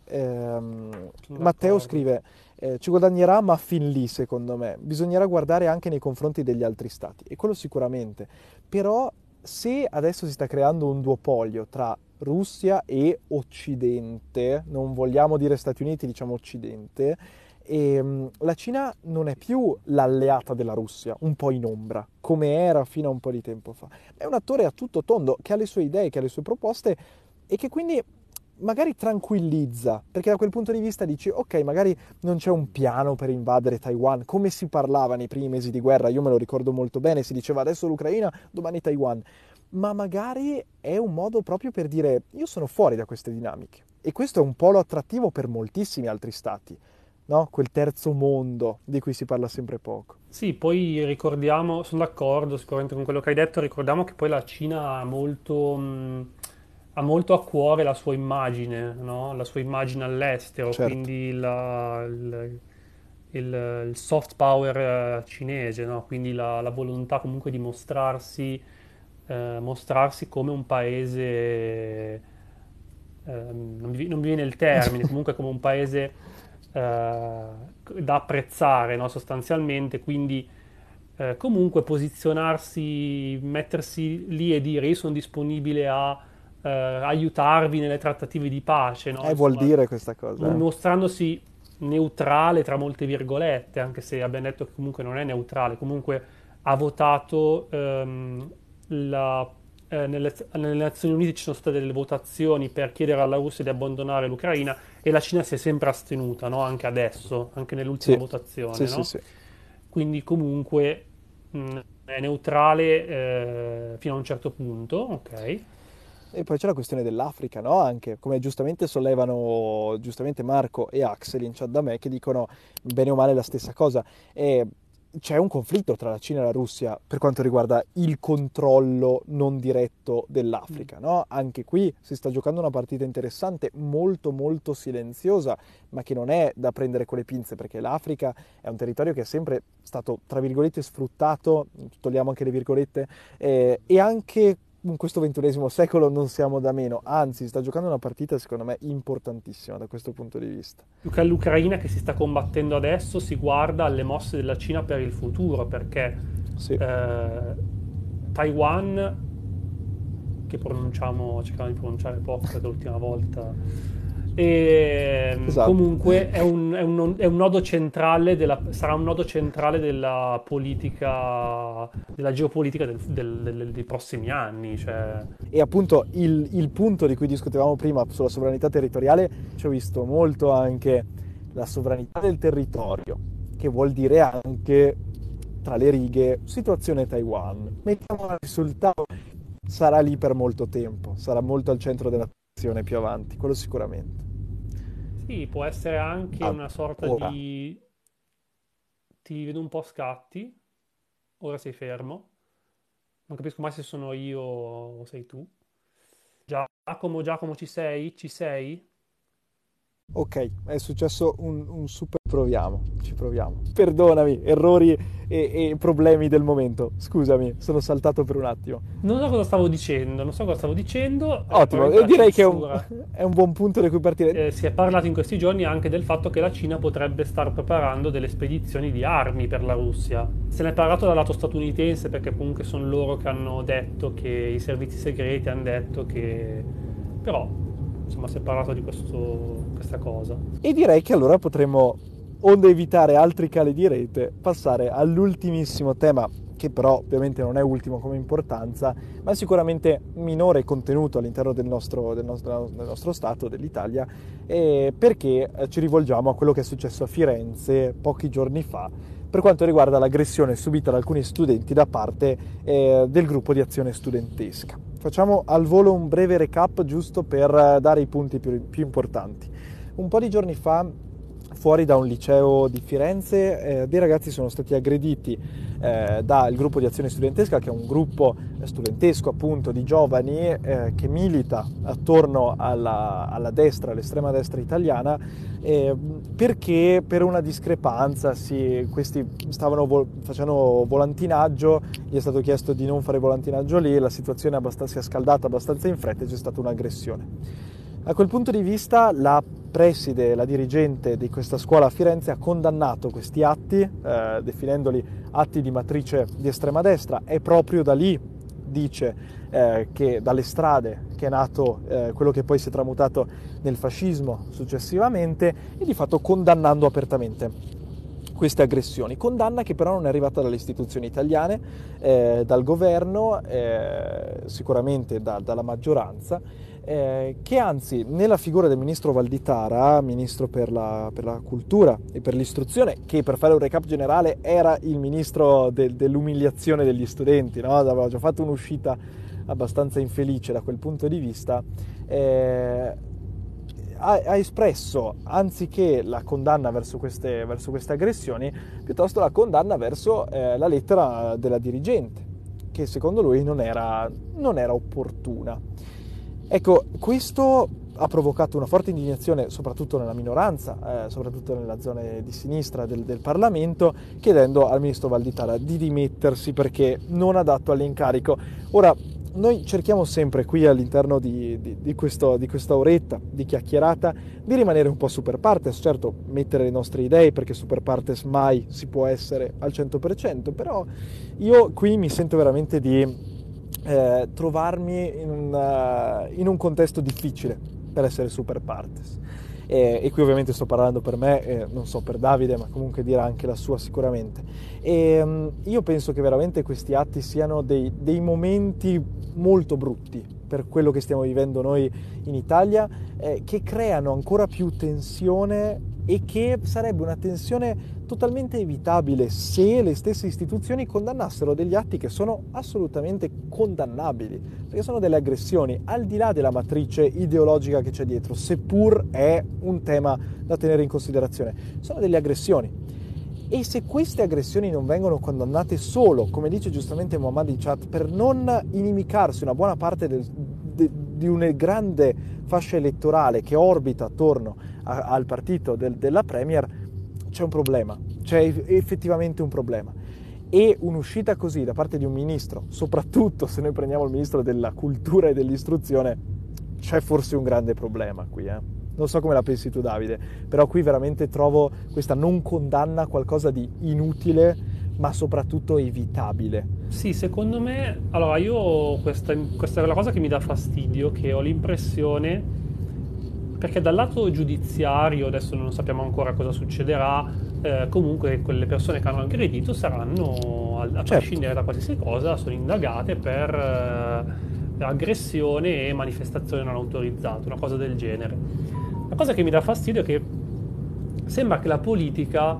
Speaker 1: ehm,
Speaker 2: Sono
Speaker 1: Matteo
Speaker 2: d'accordo.
Speaker 1: scrive, eh, ci guadagnerà ma fin lì secondo me, bisognerà guardare anche nei confronti degli altri stati, e quello sicuramente, però se adesso si sta creando un duopolio tra Russia e Occidente, non vogliamo dire Stati Uniti, diciamo Occidente, e mh, la Cina non è più l'alleata della Russia, un po' in ombra, come era fino a un po' di tempo fa. È un attore a tutto tondo, che ha le sue idee, che ha le sue proposte e che quindi magari tranquillizza, perché da quel punto di vista dici, ok, magari non c'è un piano per invadere Taiwan, come si parlava nei primi mesi di guerra, io me lo ricordo molto bene, si diceva adesso l'Ucraina, domani Taiwan, ma magari è un modo proprio per dire, io sono fuori da queste dinamiche. E questo è un polo attrattivo per moltissimi altri stati, no? Quel terzo mondo di cui si parla sempre poco.
Speaker 2: Sì, poi ricordiamo, sono d'accordo sicuramente con quello che hai detto, ricordiamo che poi la Cina ha molto, mh, ha molto a cuore la sua immagine, no? La sua immagine all'estero,
Speaker 1: Certo.
Speaker 2: quindi la- il, il- il soft power eh, cinese, no? Quindi la, la volontà comunque di mostrarsi, eh, mostrarsi come un paese, ehm, non mi, non mi viene il termine, comunque come un paese eh, da apprezzare, no? Sostanzialmente, quindi eh, comunque posizionarsi, mettersi lì e dire io sono disponibile a eh, aiutarvi nelle trattative di pace, no?
Speaker 1: Eh, vuol
Speaker 2: Insomma,
Speaker 1: dire questa cosa, eh?
Speaker 2: mostrandosi neutrale tra molte virgolette, anche se abbiamo detto che comunque non è neutrale, comunque ha votato ehm, la- eh, nelle, nelle Nazioni Unite ci sono state delle votazioni per chiedere alla Russia di abbandonare l'Ucraina e la Cina si è sempre astenuta, no? Anche adesso, anche nell'ultima
Speaker 1: Sì, sì,
Speaker 2: votazione,
Speaker 1: sì,
Speaker 2: no?
Speaker 1: sì.
Speaker 2: Quindi comunque mh, è neutrale eh, fino a un certo punto, ok?
Speaker 1: E poi c'è la questione dell'Africa, no? Anche, come giustamente sollevano giustamente Marco e Axel in chat da me, che dicono bene o male la stessa cosa. E c'è un conflitto tra la Cina e la Russia per quanto riguarda il controllo non diretto
Speaker 2: Mm.
Speaker 1: dell'Africa, no? Anche qui si sta giocando una partita interessante, molto molto silenziosa, ma che non è da prendere con le pinze, perché l'Africa è un territorio che è sempre stato, tra virgolette, sfruttato, togliamo anche le virgolette, eh, e anche in questo ventunesimo secolo non siamo da meno, anzi sta giocando una partita secondo me importantissima da questo punto di vista.
Speaker 2: Più che all'Ucraina che si sta combattendo adesso, si guarda alle mosse della Cina per il futuro, perché
Speaker 1: Sì,
Speaker 2: eh, Taiwan, che pronunciamo, cerchiamo di pronunciare poco perché l'ultima volta, e
Speaker 1: esatto.
Speaker 2: comunque è un, è un- è un nodo centrale della, sarà un nodo centrale della politica, della geopolitica del- del- del- dei prossimi anni. Cioè,
Speaker 1: E appunto il, il punto di cui discutevamo prima sulla sovranità territoriale, ci ho visto molto anche la sovranità del territorio, che vuol dire anche tra le righe situazione Taiwan. Mettiamola sul tavolo, sarà lì per molto tempo, sarà molto al centro dell'attenzione più avanti, quello sicuramente.
Speaker 2: sì, può essere anche
Speaker 1: Ah,
Speaker 2: una sorta
Speaker 1: ora,
Speaker 2: di... Ti vedo un po' a scatti, ora sei fermo, non capisco mai se sono io o sei tu. Giacomo, Giacomo, ci sei? Ci sei?
Speaker 1: ok, è successo un, un super proviamo, ci proviamo. Perdonami, errori e, e problemi del momento. Scusami, sono saltato per un attimo.
Speaker 2: Non so cosa stavo dicendo, non so cosa stavo dicendo, eh,
Speaker 1: Ottimo,
Speaker 2: probabilmente
Speaker 1: e
Speaker 2: la
Speaker 1: direi che è un,
Speaker 2: censura.
Speaker 1: è un buon punto da cui partire.
Speaker 2: Eh, si è parlato in questi giorni anche del fatto che la Cina potrebbe star preparando delle spedizioni di armi per la Russia. Se ne è parlato dal lato statunitense perché comunque sono loro che hanno detto che i servizi segreti hanno detto che... Però, insomma, si è parlato di questo, questa cosa.
Speaker 1: E direi che allora potremmo, onde evitare altri cali di rete, passare all'ultimissimo tema, che però ovviamente non è ultimo come importanza, ma sicuramente minore contenuto all'interno del nostro, del nostro, del nostro Stato, dell'Italia, eh, perché eh, ci rivolgiamo a quello che è successo a Firenze pochi giorni fa per quanto riguarda l'aggressione subita da alcuni studenti da parte eh, del gruppo di azione studentesca. Facciamo al volo un breve recap giusto per eh, dare i punti più, più importanti. Un po' di giorni fa, fuori da un liceo di Firenze, eh, dei ragazzi sono stati aggrediti eh, dal gruppo di azione studentesca, che è un gruppo studentesco appunto di giovani eh, che milita attorno alla, alla destra, all'estrema destra italiana, eh, perché per una discrepanza si, questi stavano vol- facendo volantinaggio, gli è stato chiesto di non fare volantinaggio lì, la situazione è abbastanza, si è scaldata abbastanza in fretta e c'è stata un'aggressione. A quel punto di vista la preside, la dirigente di questa scuola a Firenze ha condannato questi atti, eh, definendoli atti di matrice di estrema destra, e proprio da lì dice eh, che dalle strade che è nato eh, quello che poi si è tramutato nel fascismo successivamente, e di fatto condannando apertamente queste aggressioni. Condanna che però non è arrivata dalle istituzioni italiane, eh, dal governo, eh, sicuramente da, dalla maggioranza, eh, che anzi nella figura del ministro Valditara, ministro per la, per la cultura e per l'istruzione, che per fare un recap generale era il ministro de, dell'umiliazione degli studenti, no? Aveva già fatto un'uscita abbastanza infelice da quel punto di vista, eh, ha, ha espresso, anziché la condanna verso queste, verso queste aggressioni, piuttosto la condanna verso eh, la lettera della dirigente, che secondo lui non era, non era opportuna. Ecco, questo ha provocato una forte indignazione soprattutto nella minoranza, eh, soprattutto nella zona di sinistra del, del Parlamento, chiedendo al ministro Valditara di dimettersi perché non adatto all'incarico. Ora, noi cerchiamo sempre qui all'interno di, di, di, questo, di questa oretta di chiacchierata di rimanere un po' super partes, certo mettere le nostre idee, perché super partes mai si può essere al cento per cento, però io qui mi sento veramente di eh, trovarmi in un, uh, in un contesto difficile per essere super partes. E, e qui ovviamente sto parlando per me, eh, non so per Davide, ma comunque dirà anche la sua sicuramente. E um, io penso che veramente questi atti siano dei, dei momenti molto brutti per quello che stiamo vivendo noi in Italia, eh, che creano ancora più tensione e che sarebbe una tensione totalmente evitabile se le stesse istituzioni condannassero degli atti che sono assolutamente condannabili, perché sono delle aggressioni al di là della matrice ideologica che c'è dietro, seppur è un tema da tenere in considerazione. Sono delle aggressioni. E se queste aggressioni non vengono condannate solo, come dice giustamente Muhammad in chat, per non inimicarsi una buona parte del, de, di una grande fascia elettorale che orbita attorno a, al partito del, della Premier, c'è un problema, c'è effettivamente un problema. E un'uscita così da parte di un ministro, soprattutto se noi prendiamo il ministro della cultura e dell'istruzione, c'è forse un grande problema qui, eh. Non so come la pensi tu, Davide, però qui veramente trovo questa non condanna qualcosa di inutile, ma soprattutto evitabile.
Speaker 2: Sì, secondo me, allora io questa, questa è la cosa che mi dà fastidio, che ho l'impressione, perché dal lato giudiziario, adesso non sappiamo ancora cosa succederà, eh, comunque quelle persone che hanno aggredito saranno, a, a
Speaker 1: Certo.
Speaker 2: prescindere da qualsiasi cosa, sono indagate per, eh, per aggressione e manifestazione non autorizzata, una cosa del genere. La cosa che mi dà fastidio è che sembra che la politica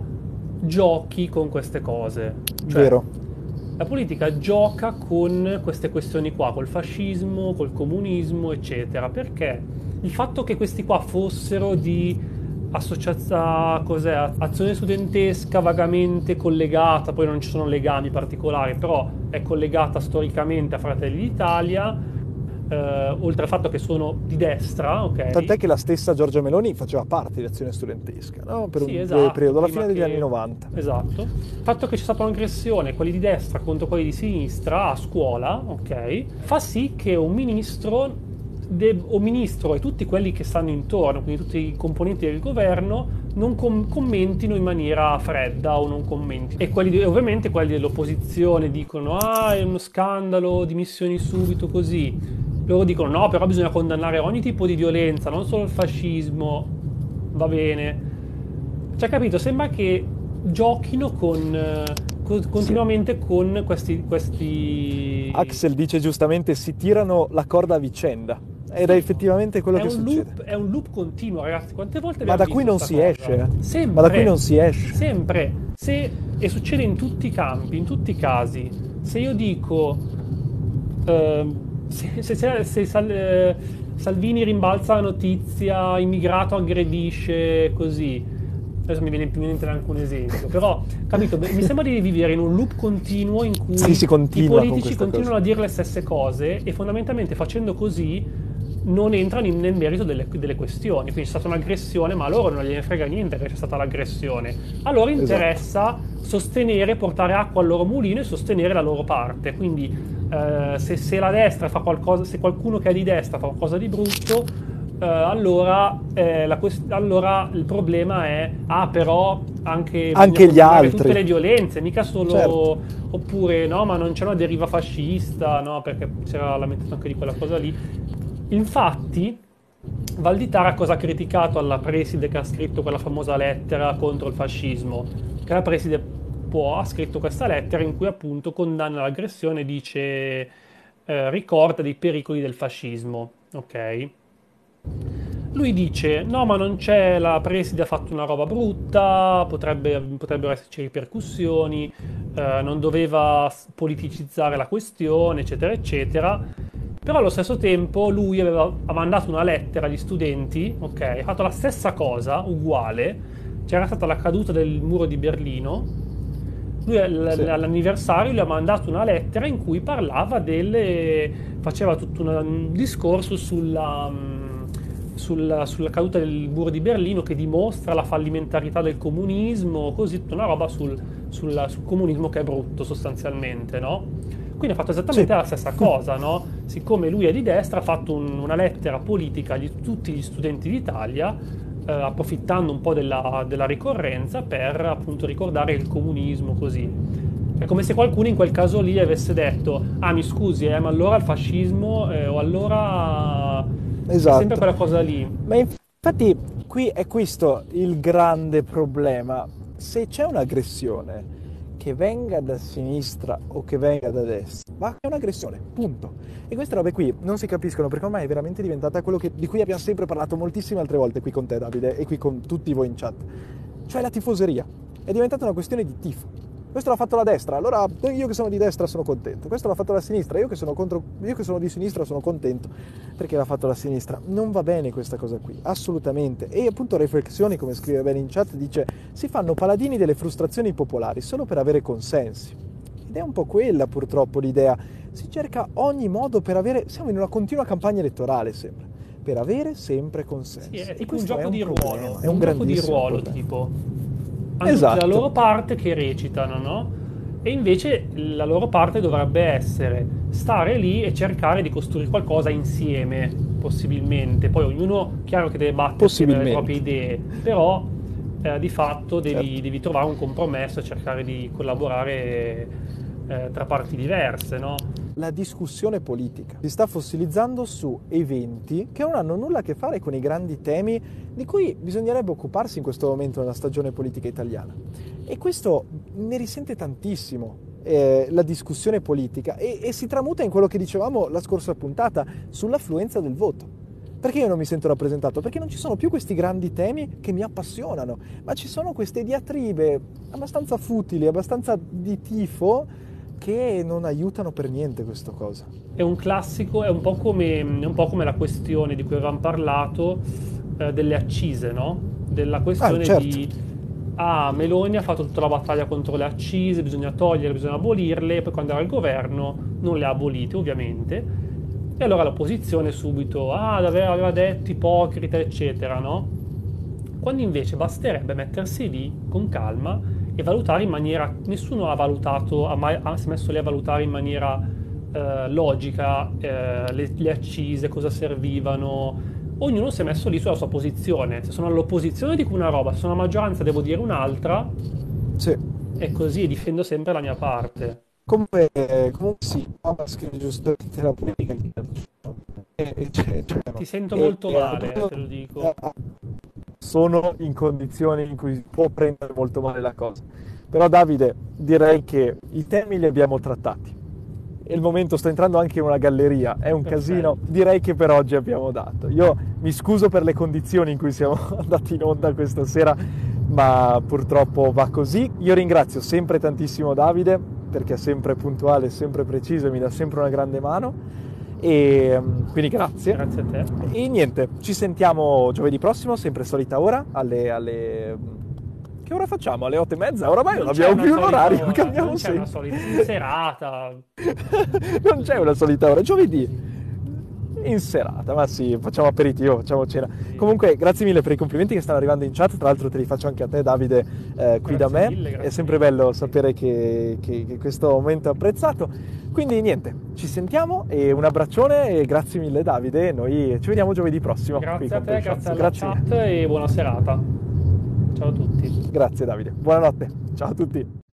Speaker 2: giochi con queste cose. Cioè,
Speaker 1: Vero.
Speaker 2: la politica gioca con queste questioni qua, col fascismo, col comunismo, eccetera, perché il fatto che questi qua fossero di associazione, cos'è, azione studentesca vagamente collegata, poi non ci sono legami particolari, però è collegata storicamente a Fratelli d'Italia, eh, oltre al fatto che sono di destra, ok?
Speaker 1: Tant'è che la stessa Giorgia Meloni faceva parte di Azione Studentesca, no? Per
Speaker 2: Sì,
Speaker 1: un
Speaker 2: esatto,
Speaker 1: periodo, alla
Speaker 2: prima
Speaker 1: fine degli
Speaker 2: che-
Speaker 1: anni novanta.
Speaker 2: Esatto. Il fatto che c'è stata un'aggressione, quelli di destra contro quelli di sinistra a scuola, ok, fa sì che un ministro, de- o ministro e tutti quelli che stanno intorno, quindi tutti i componenti del governo, non com- commentino in maniera fredda o non commenti. E quelli di- ovviamente quelli dell'opposizione dicono: ah, è uno scandalo, dimissioni subito, così. Loro dicono: no, però bisogna condannare ogni tipo di violenza, non solo il fascismo. Va bene. Cioè, capito? Sembra che giochino con, eh, co- continuamente con questi, questi...
Speaker 1: Axel dice giustamente si tirano la corda a vicenda ed è effettivamente quello
Speaker 2: è
Speaker 1: che
Speaker 2: un
Speaker 1: succede.
Speaker 2: loop, è un loop continuo, ragazzi. Quante volte
Speaker 1: Ma
Speaker 2: abbiamo
Speaker 1: da qui
Speaker 2: visto
Speaker 1: non
Speaker 2: sta
Speaker 1: si
Speaker 2: cosa?
Speaker 1: esce, eh.
Speaker 2: Sempre.
Speaker 1: Ma da qui non si esce.
Speaker 2: Sempre. Se, e succede in tutti i campi, in tutti i casi. Se io dico... ehm, se, se- se- se Sal- eh, Salvini rimbalza la notizia, immigrato aggredisce, così. Adesso mi viene in mente neanche un esempio, però, capito, mi sembra di vivere in un loop continuo in cui
Speaker 1: Sì, si continua
Speaker 2: i
Speaker 1: con
Speaker 2: politici
Speaker 1: questa
Speaker 2: continuano
Speaker 1: cosa.
Speaker 2: a dire le stesse cose e fondamentalmente facendo così non entrano in- nel merito delle, delle questioni. Quindi c'è stata un'aggressione, ma a loro non gliene frega niente che c'è stata l'aggressione. A loro interessa sostenere, portare acqua al loro mulino e sostenere la loro parte. Quindi eh, se, se la destra fa qualcosa, se qualcuno che è di destra fa qualcosa di brutto, eh, allora, eh, la quest- allora il problema è: ah, però anche,
Speaker 1: Anche
Speaker 2: bisogna
Speaker 1: gli
Speaker 2: condannare
Speaker 1: altri.
Speaker 2: tutte le violenze, mica solo.
Speaker 1: Certo.
Speaker 2: Oppure no, ma non c'è una deriva fascista, no, perché si era lamentato anche di quella cosa lì. Infatti, Valditara cosa ha criticato alla preside che ha scritto quella famosa lettera contro il fascismo? Che la preside può, ha scritto questa lettera in cui appunto condanna l'aggressione e dice, eh, ricorda dei pericoli del fascismo, ok? Lui dice: no, ma non c'è, la preside ha fatto una roba brutta, potrebbe- potrebbero esserci ripercussioni, eh, non doveva s- politicizzare la questione, eccetera, eccetera. Però allo stesso tempo lui aveva, ha mandato una lettera agli studenti, ok? Ha fatto la stessa cosa, uguale. C'era stata la caduta del muro di Berlino. Lui al-
Speaker 1: Sì.
Speaker 2: all'anniversario gli ha mandato una lettera in cui parlava delle... faceva tutto una- un discorso sulla, mh, sulla, sulla caduta del muro di Berlino, che dimostra la fallimentarità del comunismo, così tutta una roba sul, sul- sul comunismo che è brutto sostanzialmente, no? Quindi ha fatto esattamente
Speaker 1: Sì.
Speaker 2: la stessa cosa, no? Siccome lui è di destra, ha fatto un- una lettera politica a tutti gli studenti d'Italia, eh, approfittando un po' della, della ricorrenza per appunto ricordare il comunismo, così. È come se qualcuno in quel caso lì avesse detto: ah, mi scusi, eh, ma allora il fascismo, eh, o allora... È
Speaker 1: Esatto.
Speaker 2: sempre quella cosa lì.
Speaker 1: Ma infatti qui è questo il grande problema. Se c'è un'aggressione che venga da sinistra o che venga da destra, ma è un'aggressione, punto. E queste robe qui non si capiscono perché ormai è veramente diventata quello che, di cui abbiamo sempre parlato moltissime altre volte qui con te, Davide, e qui con tutti voi in chat, cioè la tifoseria. È diventata una questione di tifo. Questo l'ha fatto la destra, allora io che sono di destra sono contento. Questo l'ha fatto la sinistra, io che sono contro, io che sono di sinistra sono contento perché l'ha fatto la sinistra. Non va bene questa cosa qui, assolutamente. E appunto riflessioni, come scrive bene in chat, dice si fanno paladini delle frustrazioni popolari solo per avere consensi. Ed è un po' quella purtroppo l'idea. Si cerca ogni modo per avere, siamo in una continua campagna elettorale sempre, per avere sempre consensi.
Speaker 2: Sì, è
Speaker 1: e
Speaker 2: tipo un
Speaker 1: questo
Speaker 2: gioco
Speaker 1: è un
Speaker 2: di
Speaker 1: problema,
Speaker 2: ruolo,
Speaker 1: è un,
Speaker 2: un gioco di
Speaker 1: grandissimo
Speaker 2: ruolo
Speaker 1: problema.
Speaker 2: tipo. Hanno
Speaker 1: Esatto.
Speaker 2: la loro parte che recitano, no? E invece la loro parte dovrebbe essere stare lì e cercare di costruire qualcosa insieme, possibilmente. Poi ognuno, chiaro che deve battersi per le proprie idee, però eh, di fatto devi,
Speaker 1: Certo.
Speaker 2: devi trovare un compromesso e cercare di collaborare eh, tra parti diverse, no?
Speaker 1: La discussione politica si sta fossilizzando su eventi che non hanno nulla a che fare con i grandi temi di cui bisognerebbe occuparsi in questo momento nella stagione politica italiana. E questo ne risente tantissimo, eh, la discussione politica, e, e si tramuta in quello che dicevamo la scorsa puntata sull'affluenza del voto. Perché io non mi sento rappresentato? Perché non ci sono più questi grandi temi che mi appassionano, ma ci sono queste diatribe abbastanza futili, abbastanza di tifo, che non aiutano per niente questa cosa.
Speaker 2: È un classico, è un po' come, è un po' come la questione di cui avevamo parlato eh, delle accise, no? Della questione
Speaker 1: Ah, certo.
Speaker 2: di ah, Meloni ha fatto tutta la battaglia contro le accise, bisogna toglierle, bisogna abolirle, e poi quando era al governo non le ha abolite, ovviamente. E allora l'opposizione subito, ah, aveva, aveva detto ipocrita, eccetera, no? Quando invece basterebbe mettersi lì con calma e valutare in maniera, nessuno ha valutato, ha mai, ha, si è messo lì a valutare in maniera eh, logica eh, le, le accise, cosa servivano. Ognuno si è messo lì sulla sua posizione. Se sono all'opposizione dico una roba, se sono alla maggioranza devo dire un'altra.
Speaker 1: Sì.
Speaker 2: E così difendo sempre la mia parte.
Speaker 1: Comunque, comunque sì, Papa scrive giustamente la politica in e, cioè, cioè,
Speaker 2: Ti sento
Speaker 1: e-
Speaker 2: molto
Speaker 1: e-
Speaker 2: male, te lo dico.
Speaker 1: sono in condizioni in cui può prendere molto male la cosa. Però Davide, direi che i temi li abbiamo trattati. E il momento sto entrando anche in una galleria, è un
Speaker 2: Perfetto.
Speaker 1: casino, direi che per oggi abbiamo dato. Io mi scuso per le condizioni in cui siamo andati in onda questa sera, ma purtroppo va così. Io ringrazio sempre tantissimo Davide, perché è sempre puntuale, sempre preciso e mi dà sempre una grande mano. E quindi grazie.
Speaker 2: Grazie a te.
Speaker 1: E niente, ci sentiamo giovedì prossimo, sempre solita ora, alle... alle... Che ora facciamo? Alle otto e mezza? Oramai non,
Speaker 2: Non c'è
Speaker 1: abbiamo
Speaker 2: una
Speaker 1: più un
Speaker 2: solita
Speaker 1: orario,
Speaker 2: ora,
Speaker 1: cambiamo
Speaker 2: non c'è
Speaker 1: sempre.
Speaker 2: una solita serata.
Speaker 1: Non c'è una solita ora, giovedì in serata, ma sì, facciamo aperitivo, facciamo cena.
Speaker 2: Sì.
Speaker 1: Comunque, grazie mille per i complimenti che stanno arrivando in chat, tra l'altro te li faccio anche a te Davide, eh, qui
Speaker 2: Grazie
Speaker 1: da me,
Speaker 2: mille,
Speaker 1: è
Speaker 2: grazie
Speaker 1: sempre
Speaker 2: mille.
Speaker 1: bello sapere che, che, che questo momento è apprezzato. Quindi niente, ci sentiamo e un abbraccione e grazie mille Davide, noi ci vediamo giovedì prossimo.
Speaker 2: Grazie
Speaker 1: qui
Speaker 2: a
Speaker 1: con
Speaker 2: te,
Speaker 1: Penshot.
Speaker 2: grazie alla
Speaker 1: Grazie.
Speaker 2: chat e buona serata. Ciao a tutti.
Speaker 1: Grazie Davide, buonanotte, ciao a tutti.